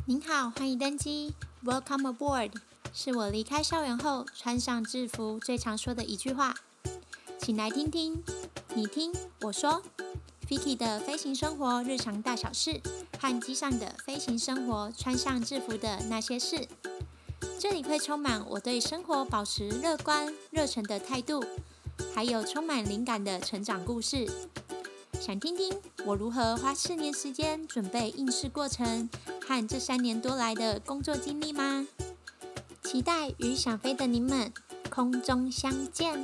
您好，欢迎登机 ，Welcome aboard， 是我离开校园后穿上制服最常说的一句话。请来听听，你听我说 Vicky 的飞行生活日常大小事，和机上的飞行生活穿上制服的那些事。这里会充满我对生活保持乐观热忱的态度，还有充满灵感的成长故事。想听听我如何花4年时间准备应试过程，和这3年多来的工作经历吗？期待与想飞的您们空中相见。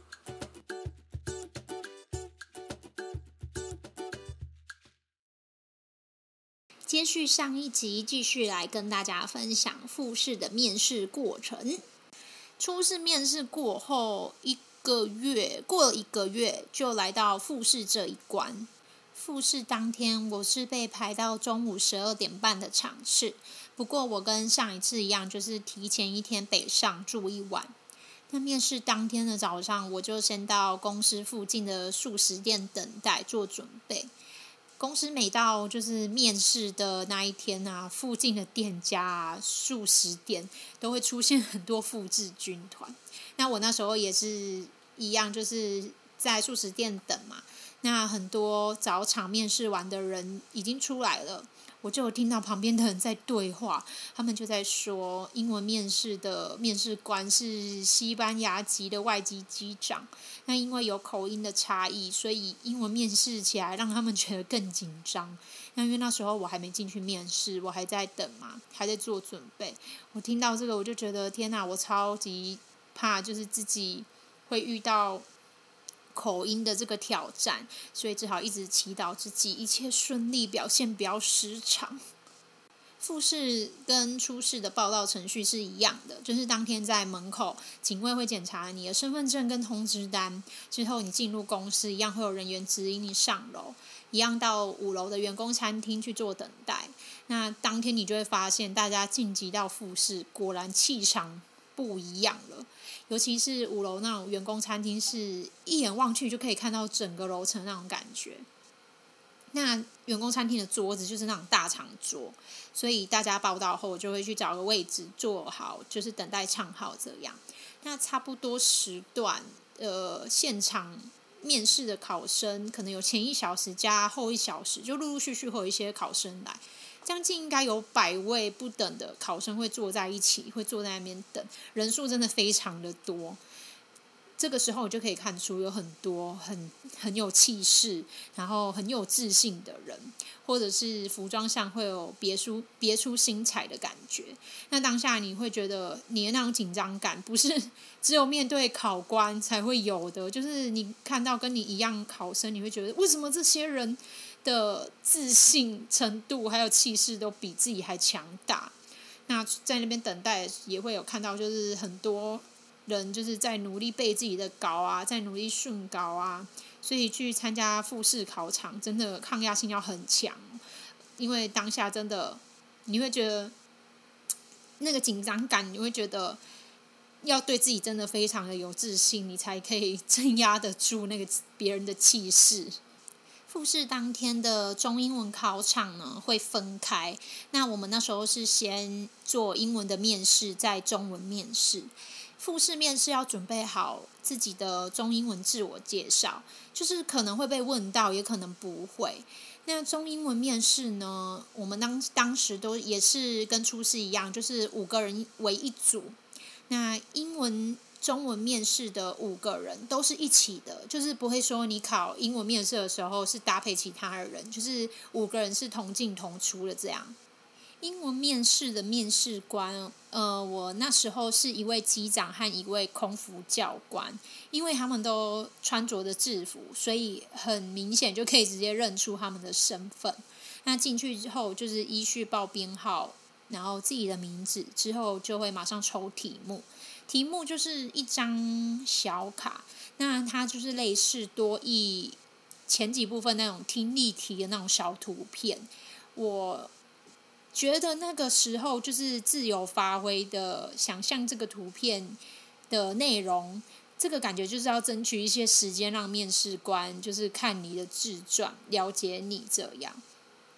接续上一集，继续来跟大家分享复试的面试过程。初试面试过后过了一个月，就来到复试这一关。复试当天，我是被排到中午12点半的场次。不过我跟上一次一样，就是提前1天北上住1晚。那面试当天的早上，我就先到公司附近的素食店等待做准备。公司每到就是面试的那一天啊，附近的店家啊、素食店都会出现很多复制军团。那我那时候也是一样，就是在素食店等嘛。那很多早场面试完的人已经出来了，我就有听到旁边的人在对话，他们就在说英文面试的面试官是西班牙籍的外籍机长，那因为有口音的差异，所以英文面试起来让他们觉得更紧张。那因为那时候我还没进去面试，我还在等嘛，还在做准备。我听到这个我就觉得天哪，我超级怕就是自己会遇到口音的这个挑战，所以只好一直祈祷自己一切顺利，表现不要失常。复试跟初试的报到程序是一样的，就是当天在门口，警卫会检查你的身份证跟通知单，之后你进入公司，一样会有人员指引你上楼，一样到5楼的员工餐厅去做等待。那当天你就会发现，大家晋级到复试，果然气场不一样了。尤其是5楼那种员工餐厅，是一眼望去就可以看到整个楼层那种感觉。那员工餐厅的桌子就是那种大长桌，所以大家报到后就会去找个位置坐好，就是等待唱号这样。那差不多时段，现场面试的考生可能有前1小时加后1小时，就陆陆续续会有一些考生来。将近应该有100位不等的考生会坐在一起，会坐在那边等，人数真的非常的多。这个时候我就可以看出有很多很有气势，然后很有自信的人，或者是服装上会有别出心裁的感觉。那当下你会觉得你的那种紧张感不是只有面对考官才会有的，就是你看到跟你一样考生，你会觉得为什么这些人的自信程度还有气势都比自己还强大。那在那边等待也会有看到，就是很多人就是在努力背自己的稿啊，在努力顺稿啊，所以去参加复试考场真的抗压性要很强，因为当下真的你会觉得那个紧张感，你会觉得要对自己真的非常的有自信，你才可以镇压得住那个别人的气势。复试当天的中英文考场呢会分开，那我们那时候是先做英文的面试，再中文面试。复试面试要准备好自己的中英文自我介绍，就是可能会被问到，也可能不会。那中英文面试呢，我们当时都也是跟初试一样，就是5个人为一组。那英文中文面试的5个人都是一起的，就是不会说你考英文面试的时候是搭配其他的人，就是5个人是同进同出的这样。英文面试的面试官，我那时候是一位机长和一位空服教官，因为他们都穿着的制服，所以很明显就可以直接认出他们的身份。那进去之后就是依序报编号，然后自己的名字，之后就会马上抽题目。题目就是一张小卡，那它就是类似多益前几部分那种听力题的那种小图片。我觉得那个时候就是自由发挥的想象这个图片的内容，这个感觉就是要争取一些时间让面试官就是看你的自传，了解你这样。那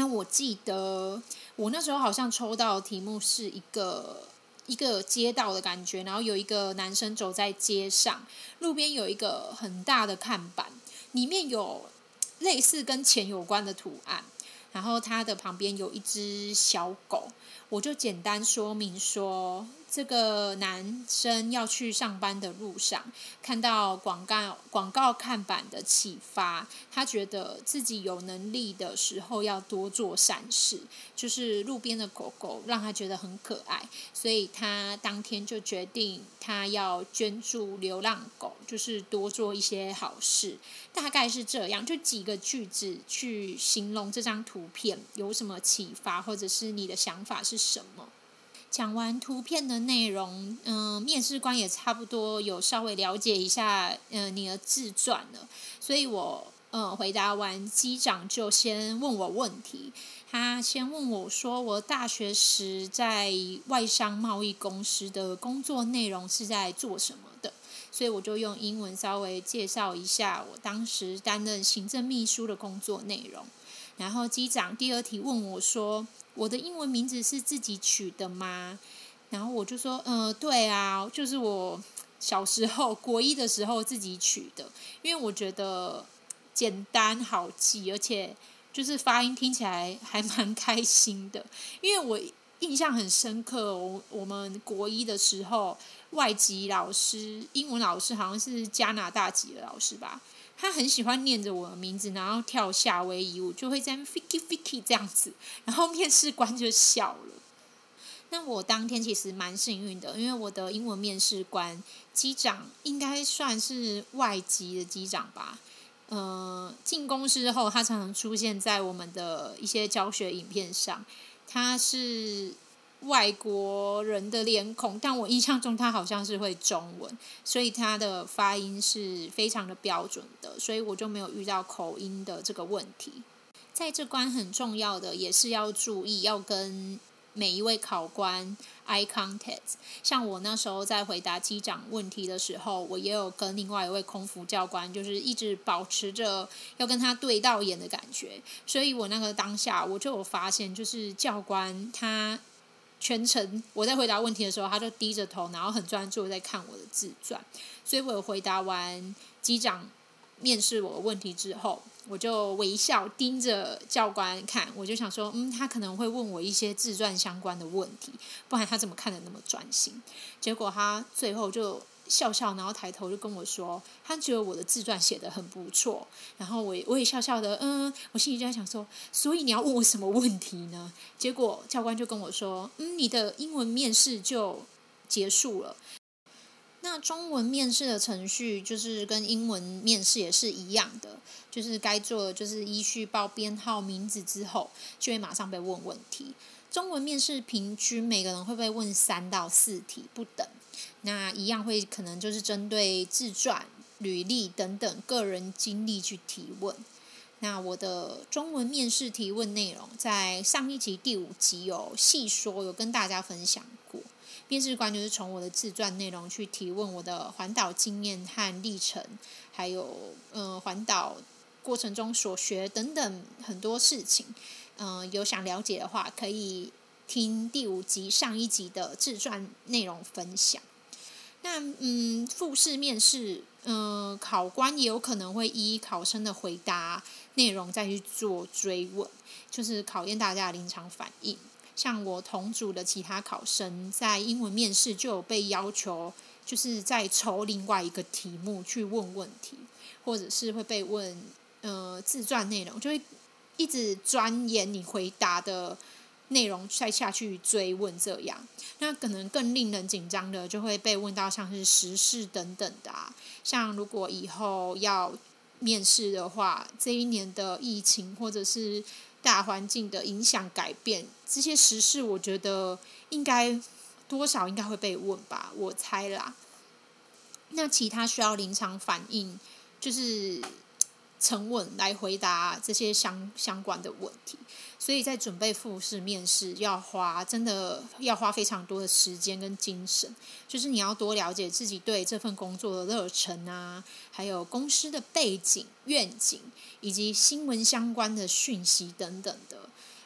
那我记得我那时候好像抽到的题目是一个街道的感觉，然后有一个男生走在街上，路边有一个很大的看板，里面有类似跟钱有关的图案，然后它的旁边有一只小狗。我就简单说明说，这个男生要去上班的路上，看到广告看板的启发，他觉得自己有能力的时候要多做善事，就是路边的狗狗让他觉得很可爱，所以他当天就决定他要捐助流浪狗，就是多做一些好事，大概是这样，就几个句子去形容这张图片有什么启发，或者是你的想法是什么。讲完图片的内容，面试官也差不多有稍微了解一下你的自传了，所以我回答完，机长就先问我问题。他先问我说，我大学时在外商贸易公司的工作内容是在做什么的，所以我就用英文稍微介绍一下我当时担任行政秘书的工作内容。然后机长第二题问我说，我的英文名字是自己取的吗？然后我就说，对啊，就是我小时候国一的时候自己取的，因为我觉得简单好记，而且就是发音听起来还蛮开心的。因为我印象很深刻，我们国一的时候，外籍老师，英文老师好像是加拿大籍的老师吧，他很喜欢念着我的名字，然后跳夏威夷舞，就会在那边 Fiki Fiki 这样子，然后面试官就笑了。那我当天其实蛮幸运的，因为我的英文面试官机长应该算是外籍的机长吧。进公司后，他常常出现在我们的一些教学影片上。他是外国人的脸孔，但我印象中他好像是会中文，所以他的发音是非常的标准的，所以我就没有遇到口音的这个问题。在这关很重要的也是要注意，要跟每一位考官 eye contact。 像我那时候在回答机长问题的时候，我也有跟另外一位空服教官就是一直保持着要跟他对到眼的感觉，所以我那个当下我就有发现，就是教官他全程我在回答问题的时候，他就低着头，然后很专注在看我的自传。所以我有回答完机长面试我的问题之后，我就微笑盯着教官看，我就想说，他可能会问我一些自传相关的问题，不然他怎么看得那么专心？结果他最后就笑笑，然后抬头就跟我说，他觉得我的自传写得很不错。然后我也笑笑的，我心里就在想说，所以你要问我什么问题呢？结果教官就跟我说，你的英文面试就结束了。那中文面试的程序就是跟英文面试也是一样的，就是该做的就是依序报编号名字之后，就会马上被问问题。中文面试平均每个人会被问3到4题不等，那一样会可能就是针对自传、履历等等个人经历去提问。那我的中文面试提问内容在上一集第5集有细说，有跟大家分享过。面试官就是从我的自传内容去提问我的环岛经验和历程，还有环岛过程中所学等等很多事情。有想了解的话，可以听第5集上一集的自传内容分享。那复试面试，考官也有可能会依考生的回答内容再去做追问，就是考验大家的临场反应。像我同组的其他考生在英文面试就有被要求，就是再抽另外一个题目去问问题，或者是会被问自传内容，就会一直钻研你回答的内容再下去追问这样。那可能更令人紧张的就会被问到像是时事等等的像如果以后要面试的话，这一年的疫情或者是大环境的影响改变，这些时事我觉得多少应该会被问吧，我猜啦。那其他需要临场反应，就是沉稳来回答这些相关的问题。所以在准备复试面试真的要花非常多的时间跟精神，就是你要多了解自己对这份工作的热忱还有公司的背景愿景以及新闻相关的讯息等等的，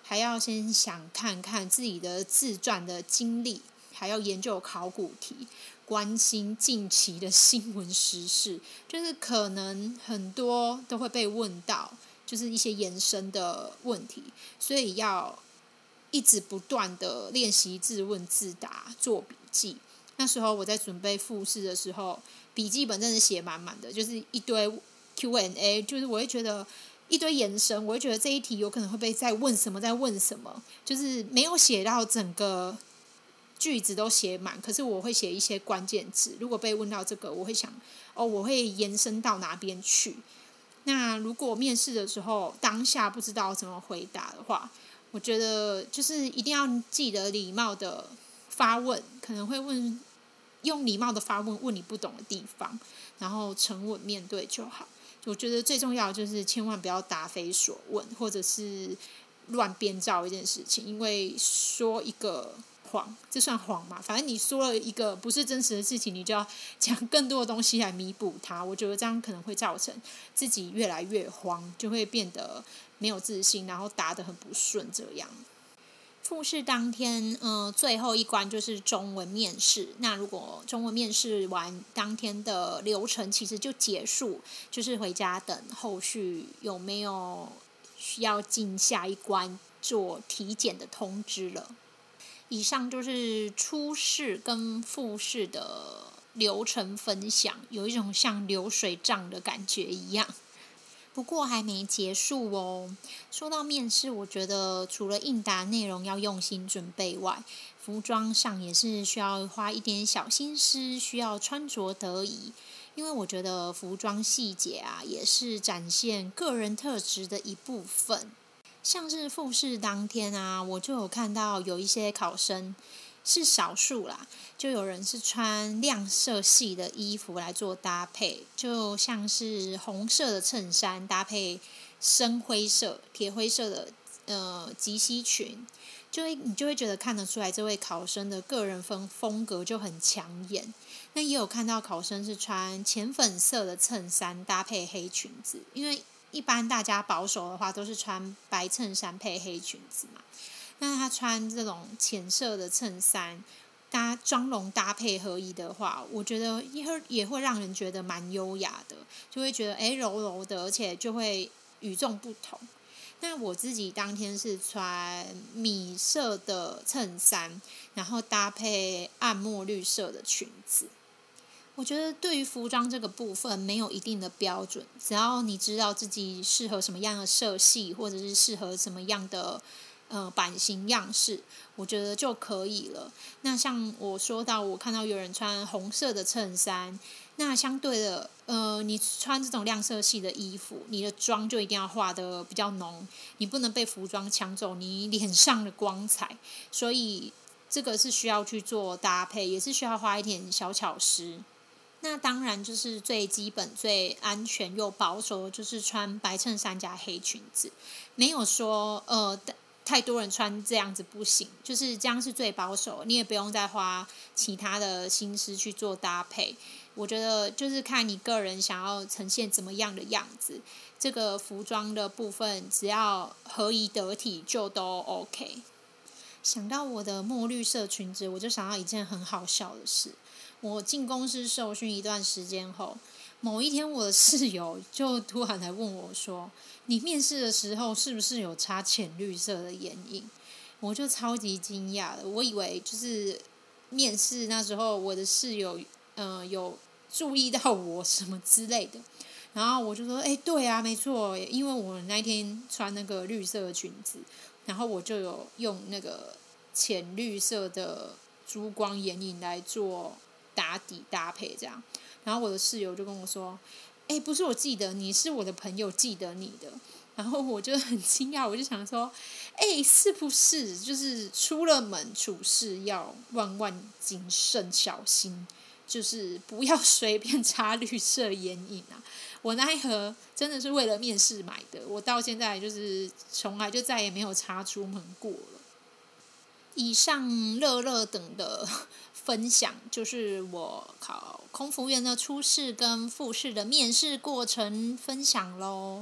还要先想看看自己的自传的经历，还要研究考古题，关心近期的新闻时事，就是可能很多都会被问到，就是一些延伸的问题，所以要一直不断的练习自问自答，做笔记。那时候我在准备复试的时候，笔记本真的写满满的，就是一堆 Q&A， 就是我会觉得一堆延伸，我会觉得这一题有可能会被再问什么，就是没有写到整个句子都写满，可是我会写一些关键字。如果被问到这个，我会想，我会延伸到哪边去？那如果面试的时候当下不知道怎么回答的话，我觉得就是一定要记得礼貌的发问，可能会用礼貌的发问问你不懂的地方，然后沉稳面对就好。我觉得最重要的就是千万不要答非所问，或者是乱编造一件事情，因为说一个谎，这算谎吗？反正你说了一个不是真实的事情，你就要讲更多的东西来弥补它。我觉得这样可能会造成自己越来越慌，就会变得没有自信，然后答得很不顺这样。复试当天，最后一关就是中文面试。那如果中文面试完，当天的流程其实就结束，就是回家等后续有没有需要进下一关做体检的通知了。以上就是初试跟复试的流程分享，有一种像流水账的感觉一样。不过还没结束哦。说到面试，我觉得除了应答内容要用心准备外，服装上也是需要花一点小心思，需要穿着得宜。因为我觉得服装细节啊，也是展现个人特质的一部分。像是复试当天啊，我就有看到有一些考生，是少数啦，就有人是穿亮色系的衣服来做搭配，就像是红色的衬衫搭配深灰色、铁灰色的及膝裙，你就会觉得看得出来这位考生的个人风格就很抢眼。那也有看到考生是穿浅粉色的衬衫搭配黑裙子，因为一般大家保守的话都是穿白衬衫配黑裙子嘛。那他穿这种浅色的衬衫，妆容搭配合一的话，我觉得也会让人觉得蛮优雅的，就会觉得柔柔的，而且就会与众不同。那我自己当天是穿米色的衬衫，然后搭配暗墨绿色的裙子。我觉得对于服装这个部分没有一定的标准，只要你知道自己适合什么样的色系，或者是适合什么样的版型样式，我觉得就可以了。那像我说到，我看到有人穿红色的衬衫，那相对的，你穿这种亮色系的衣服，你的妆就一定要化得比较浓，你不能被服装抢走你脸上的光彩，所以这个是需要去做搭配，也是需要花一点小巧思。那当然就是最基本、最安全又保守的，就是穿白衬衫加黑裙子，没有说太多人穿这样子不行，就是这样是最保守，你也不用再花其他的心思去做搭配。我觉得就是看你个人想要呈现怎么样的样子，这个服装的部分只要合宜得体就都 OK。想到我的墨绿色裙子，我就想到一件很好笑的事。我进公司受训一段时间后，某一天我的室友就突然来问我说：“你面试的时候是不是有擦浅绿色的眼影？”我就超级惊讶的，我以为就是面试那时候我的室友有注意到我什么之类的，然后我就说：“对啊，没错，因为我那天穿那个绿色的裙子，然后我就有用那个浅绿色的珠光眼影来做打底搭配这样。”然后我的室友就跟我说：“不是我记得你，是我的朋友记得你的。”然后我就很惊讶，我就想说：“是不是就是出了门处事要万万谨慎小心，就是不要随便擦绿色眼影啊？”我那一盒真的是为了面试买的，我到现在就是从来就再也没有擦出门过了。以上乐等的分享就是我考空服员的初试跟复试的面试过程分享咯。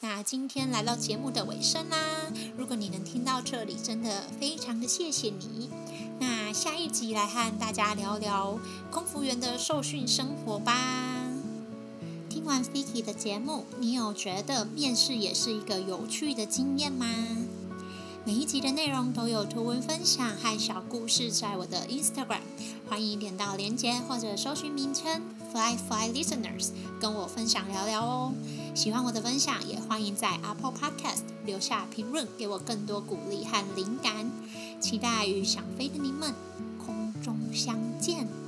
那今天来到节目的尾声啦，如果你能听到这里，真的非常的谢谢你。那下一集来和大家聊聊空服员的受训生活吧。听完 Vicky 的节目，你有觉得面试也是一个有趣的经验吗？每一集的内容都有图文分享和小故事在我的 Instagram， 欢迎点到连结或者搜寻名称 Fly Listeners 跟我分享聊聊哦。喜欢我的分享，也欢迎在 Apple Podcast 留下评论，给我更多鼓励和灵感。期待与想飞的你们空中相见。